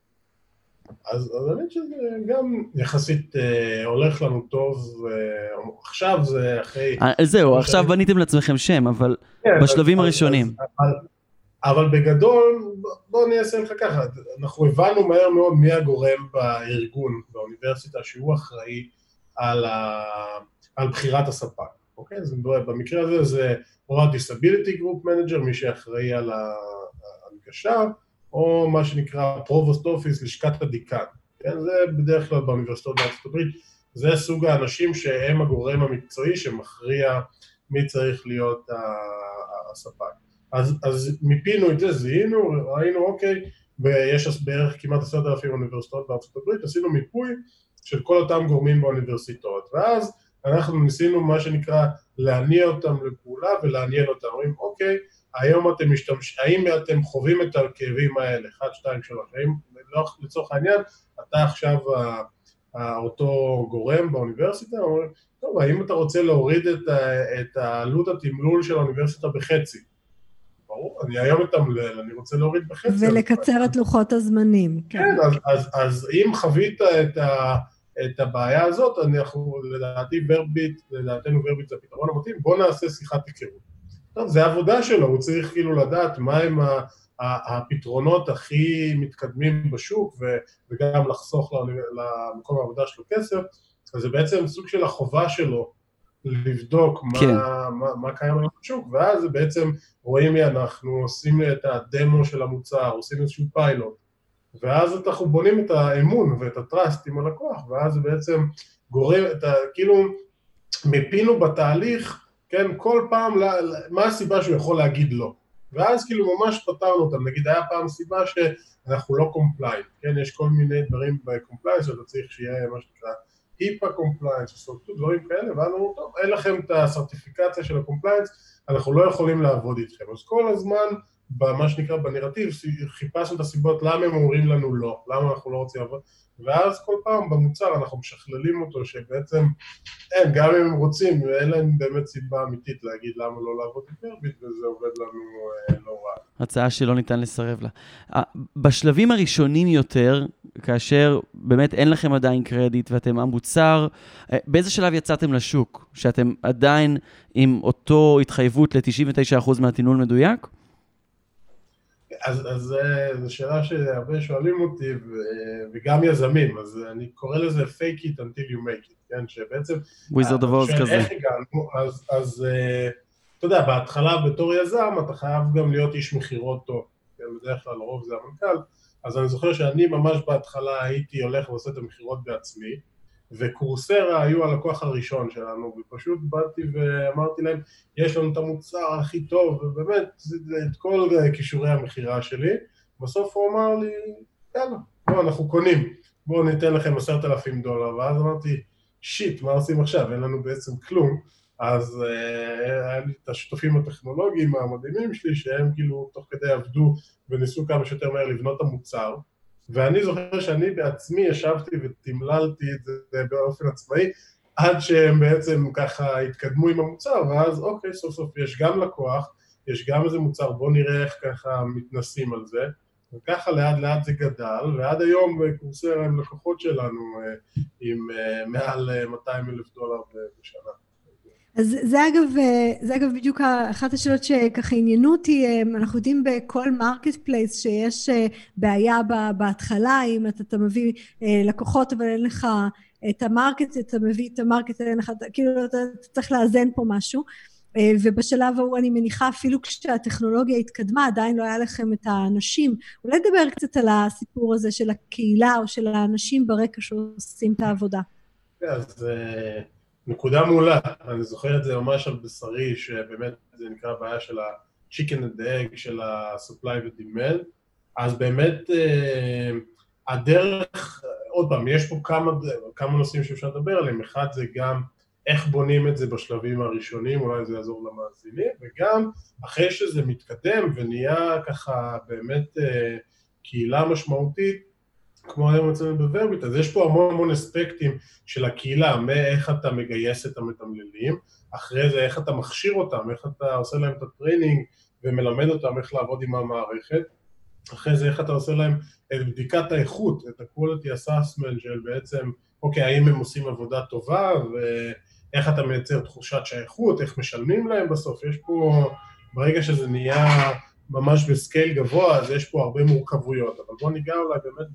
אז, אז אני חושב שזה גם יחסית אה, הולך לנו טוב, אה, עכשיו זה אחרי... אה, זהו, עכשיו שאני... בניתם לעצמכם שם, אבל כן, בשלבים אז, הראשונים. אז, אבל, אבל בגדול, בואו אני אעשה לך ככה, אנחנו הבנו מהר מאוד מי הגורם בארגון, באוניברסיטה, שהוא אחראי על, ה, על בחירת הספק. אוקיי? אז במקרה הזה זה או ה-Disability Group Manager, מי שאחראי על ההנגשה, או מה שנקרא Provost Office, לשכת הדיקן. כן? זה בדרך כלל באוניברסיטאות בארצות הברית, זה סוג האנשים שהם הגורם המקצועי שמכריע מי צריך להיות הספק. אז, אז מיפינו את זה, זיהינו, ראינו, אוקיי, ויש בערך כמעט עשרת אלפים אוניברסיטאות בארצות הברית, עשינו מיפוי של כל אותם גורמים באוניברסיטאות, ואז אנחנו ניסינו מה שנקרא להניע אותם לפעולה ולעניין אותם, אומרים, אוקיי, היום אתם משתמש, האם אתם חווים את הכאבים האלה, אחד, שתיים, שלוש, האם לצורך העניין, אתה עכשיו אותו גורם באוניברסיטה, אומרים, טוב, האם אתה רוצה להוריד את, את העלות התמלול של האוניברסיטה בחצי? ברור, אני היום מתמלל, אני רוצה להוריד בחצי. ולקצר את לוחות הזמנים. כן, אז, אז, אז אם חווית את, ה, את הבעיה הזאת, אנחנו לדעתי ורביט, לדעתנו ורביט זה הפתרון המתאים, בוא נעשה שיחת היכרות. טוב, זה העבודה שלו, הוא צריך כאילו לדעת מהם הפתרונות הכי מתקדמים בשוק, וגם לחסוך למקום העבודה שלו כסף, אז זה בעצם סוג של החובה שלו, לבדוק כן. מה, מה, מה קיים היום בשוק, ואז בעצם רואים מי אנחנו, עושים את הדמו של המוצר, עושים איזשהו פיילוט, ואז אנחנו בונים את האמון ואת הטרסט עם הלקוח, ואז בעצם גורם את ה... כאילו, מפינו בתהליך, כן, כל פעם, מה הסיבה שהוא יכול להגיד לא, ואז כאילו ממש פתרנו אותם, נגיד היה פעם סיבה שאנחנו לא קומפליינט, כן, יש כל מיני דברים בקומפליינט, שאתה צריך שיהיה מה שנקרא, היפה קומפליינס, עשו דברים כאלה, ואז אמרו, טוב, אין לכם את הסרטיפיקציה של הקומפליינס, אנחנו לא יכולים לעבוד איתכם. אז כל הזמן, במה שנקרא בנרטיב, חיפשנו את הסיבות למה הם אומרים לנו לא, למה אנחנו לא רוצים לעבוד, ואז כל פעם במוצר אנחנו משכללים אותו, שבעצם, אין, גם אם הם רוצים, אין להם באמת סיבה אמיתית להגיד למה לא לעבוד עם ורביט, וזה עובד לנו לא רע. הצעה שלא ניתן לסרב לה. בשלבים הראשונים יותר, כאשר באמת אין לכם עדיין קרדיט ואתם המוצר, באיזה שלב יצאתם לשוק? שאתם עדיין עם אותו התחייבות ל-תשעים ותשעה אחוז מהתמלול מדויק? אז, אז זו שאלה שהרבה שואלים אותי, וגם יזמים, אז אני קורא לזה fake it until you make it, כן, שבעצם... Wizard of Oz כזה. איך הגענו, אז, אז אתה יודע, בהתחלה בתור יזם, אתה חייב גם להיות איש מחירות טוב, כן, בדרך כלל לרוב זה המנכ"ל, אז אני זוכר שאני ממש בהתחלה הייתי הולך ועושה את המחירות בעצמי, וקורסרה היו הלקוח הראשון שלנו, ופשוט באתי ואמרתי להם, יש לנו את המוצר הכי טוב, ובאמת, את כל קישורי המחירה שלי, בסוף הוא אמר לי, יאללה, בואו, אנחנו קונים, בואו ניתן לכם עשרת אלפים דולר, ואז אמרתי, שיט, מה עושים עכשיו? אין לנו בעצם כלום, אז היה לי את השותפים הטכנולוגיים המדהימים שלי, שהם כאילו תוך כדי עבדו וניסו כמה שיותר מהר לבנות את המוצר, ואני זוכר שאני בעצמי ישבתי ותמללתי את זה באופן עצמאי, עד שהם בעצם ככה התקדמו עם המוצר, ואז אוקיי, סוף סוף יש גם לקוח, יש גם איזה מוצר, בוא נראה איך ככה מתנסים על זה, וככה לאט לאט זה גדל, ועד היום קורסרה הם לקוחות שלנו עם מעל מאתיים אלף דולר בשנה. אז זה אגב, זה אגב בדיוק אחת השאלות שככה עניינו אותי, אנחנו יודעים בכל מרקט פלייס שיש בעיה בהתחלה, אם אתה, אתה מביא לקוחות אבל אין לך את המרקט, אתה מביא את המרקט, אין לך, כאילו אתה צריך לאזן פה משהו, ובשלב ההוא אני מניחה אפילו כשהטכנולוגיה התקדמה עדיין לא היה לכם את האנשים, אולי נדבר קצת על הסיפור הזה של הקהילה או של האנשים ברקע שעושים את העבודה. אז נקודה מעולה, אני זוכר את זה ממש על בשרי שבאמת זה נקרא בעיה של ה-chicken and the egg של ה-supply ו-demand, אז באמת הדרך, עוד פעם, יש פה כמה, כמה נושאים שאפשר לדבר עליהם, אחד זה גם איך בונים את זה בשלבים הראשונים, אולי זה יעזור למאזינים, וגם אחרי שזה מתקדם ונהיה ככה באמת אה, קהילה משמעותית, כמו היום אצלנו בוורביט, אז יש פה המון המון אספקטים של הקהילה, מאיך אתה מגייס את המתמללים, אחרי זה איך אתה מכשיר אותם, איך אתה עושה להם את הטריינינג ומלמד אותם איך לעבוד עם המערכת, אחרי זה איך אתה עושה להם את בדיקת האיכות, את ה-quality assessment של בעצם, אוקיי, האם הם עושים עבודה טובה, ואיך אתה מייצר תחושת שהאיכות, איך משלמים להם בסוף, יש פה, ברגע שזה נהיה ממש בסקייל גבוה, אז יש פה הרבה מורכבויות, אבל בוא ניגע אולי באמת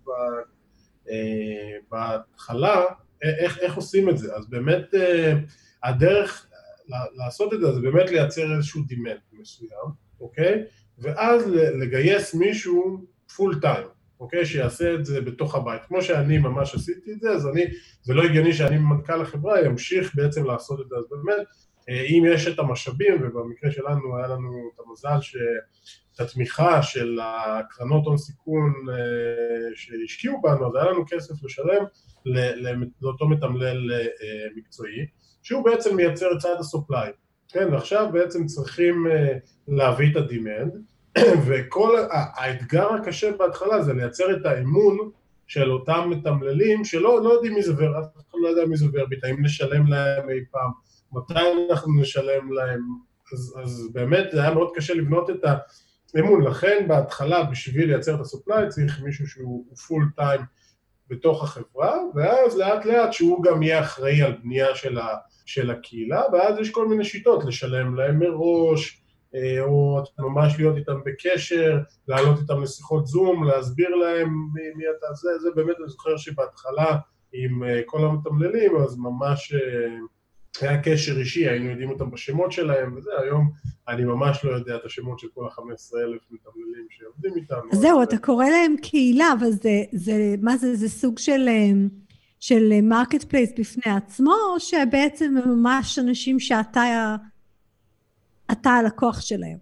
בהתחלה, איך, איך עושים את זה, אז באמת הדרך לעשות את זה, זה באמת לייצר איזשהו דימנט מסוים, אוקיי? ואז לגייס מישהו פול טיים, אוקיי? שיעשה את זה בתוך הבית. כמו שאני ממש עשיתי את זה, אז אני, זה לא הגיוני שאני מנכ"ל החברה, ימשיך בעצם לעשות את זה. אז באמת, אם יש את המשאבים, ובמקרה שלנו היה לנו את המזל שאת התמיכה של הקרנות הון סיכון שהשקיעו בנו, אז היה לנו כסף לשלם לאותו מתמלל מקצועי, שהוא בעצם מייצר את צד הסופליי. כן, ועכשיו בעצם צריכים להביא את הדימנד, וכל האתגר הקשה בהתחלה זה לייצר את האמון של אותם מתמללים שלא לא יודעים מי זה ורביט, אף אחד לא יודע מי זה ורביט, האם נשלם להם אי פעם, מתי אנחנו נשלם להם, אז, אז באמת זה היה מאוד קשה לבנות את האמון, לכן בהתחלה בשביל לייצר את הסופליי צריך מישהו שהוא פול טיים בתוך החברה, ואז לאט לאט שהוא גם יהיה אחראי על בנייה של, ה, של הקהילה, ואז יש כל מיני שיטות לשלם להם מראש, או ממש להיות איתם בקשר, לעלות איתם לשיחות זום, להסביר להם מי, מי אתה זה, זה באמת אני זוכר שבהתחלה עם כל המתמללים, אז ממש היה קשר אישי, היינו יודעים אותם בשמות שלהם, וזה היום אני ממש לא יודע את השמות של כל ה-חמישה עשר אלף מתמללים שעובדים איתנו. אז זהו, אתה קורא להם קהילה, אבל זה, זה, מה זה, זה סוג של, של מרקט פלייס בפני עצמו, או שבעצם ממש אנשים שאתה אתה הלקוח שלהם?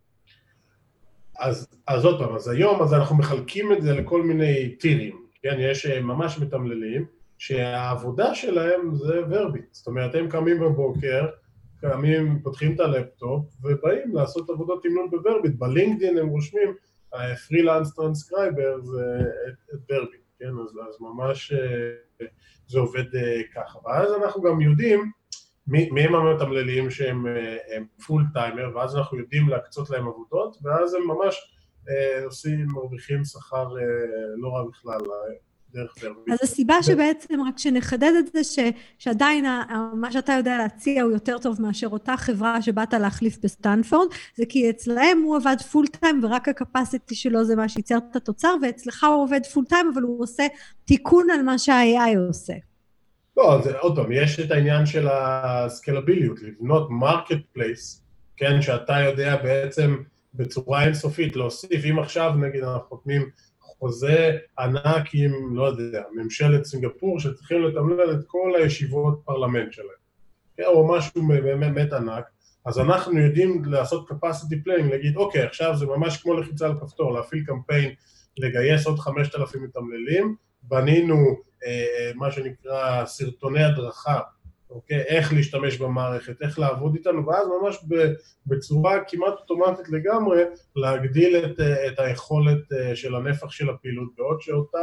אז, אז עוד פעם, אז היום אז אנחנו מחלקים את זה לכל מיני טירים, כן? יש ממש מתמללים, שהעבודה שלהם זה ורביט, זאת אומרת, הם קמים בבוקר, קמים, פותחים את הלפטופ, ובאים לעשות עבודות תמלול בוורביט, בלינקדין הם רושמים, פרילנס טרנסקרייבר זה את, את ורביט, כן? אז, אז ממש זה עובד ככה, ואז אנחנו גם יודעים, מי, מי הם המתמללים שהם פול טיימר, ואז אנחנו יודעים להקצות להם עבודות, ואז הם ממש אה, עושים, מרוויחים שכר אה, לא רע בכלל דרך ורביט. אז הסיבה שבעצם רק שנחדד את זה, ש, שעדיין מה שאתה יודע להציע הוא יותר טוב מאשר אותה חברה שבאת להחליף בסטנפורד, זה כי אצלהם הוא עבד פול טיים, ורק הקפסיטי שלו זה מה שייצר את התוצר, ואצלך הוא עובד פול טיים, אבל הוא עושה תיקון על מה שה-איי איי עושה. לא, אז עוד פעם, יש את העניין של הסקלביליות, לבנות מרקט פלייס, כן, שאתה יודע בעצם בצורה אינסופית להוסיף, אם עכשיו נגיד אנחנו חותמים חוזה ענק עם, לא יודע, ממשלת סינגפור, שצריכים לתמלל את כל הישיבות פרלמנט שלהם, כן, או משהו באמת ענק, אז אנחנו יודעים לעשות capacity planning, להגיד, אוקיי, עכשיו זה ממש כמו לחיצה על כפתור, להפעיל קמפיין, לגייס עוד חמשת אלפים מתמללים, בנינו מה שנקרא סרטוני הדרכה, אוקיי? איך להשתמש במערכת, איך לעבוד איתנו, ואז ממש בצורה כמעט אוטומטית לגמרי, להגדיל את, את היכולת של הנפח של הפעילות, בעוד שאותה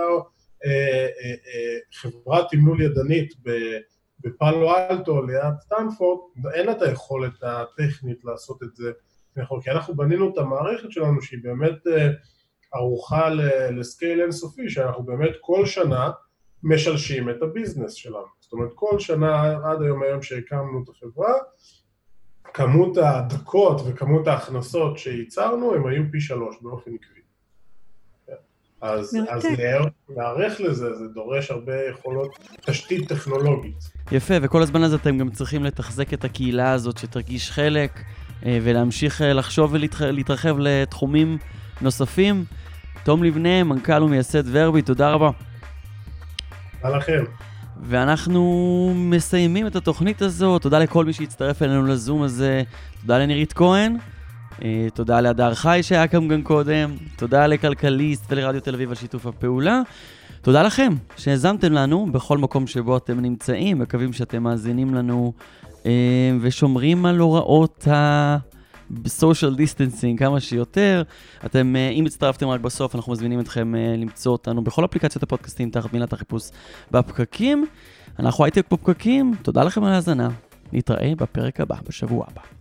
חברת תמלול ידנית בפאלו אלטו ליד סטנפורד, אין את היכולת הטכנית לעשות את זה נכון, כי אנחנו בנינו את המערכת שלנו שהיא באמת ערוכה לסקייל אינסופי, שאנחנו באמת כל שנה משלשים את הביזנס שלנו. זאת אומרת, כל שנה עד היום היום שהקמנו את החברה, כמות הדקות וכמות ההכנסות שייצרנו, הם היו פי שלוש באופן עקבי. אז, אז להערך לזה, זה דורש הרבה יכולות תשתית טכנולוגית. יפה, וכל הזמן הזה אתם גם צריכים לתחזק את הקהילה הזאת שתרגיש חלק, ולהמשיך לחשוב ולהתרחב לתחומים נוספים. תום לבנה, מנכ"ל ומייסד ורבי, תודה רבה. תודה לכם. ואנחנו מסיימים את התוכנית הזו. תודה לכל מי שהצטרף אלינו לזום הזה. תודה לנירית כהן. תודה להדר חי שהיה כאן גם קודם. תודה לכלכליסט ולרדיו תל אביב על שיתוף הפעולה. תודה לכם שהזמתם לנו בכל מקום שבו אתם נמצאים. מקווים שאתם מאזינים לנו ושומרים על הוראות ה... social distancing כמה שיותר. אתם, אם הצטרפתם רק בסוף, אנחנו מזמינים אתכם למצוא אותנו בכל אפליקציות הפודקאסטים תחת מילת החיפוש בפקקים. אנחנו הייטק בפקקים. תודה לכם על ההאזנה. נתראה בפרק הבא בשבוע הבא.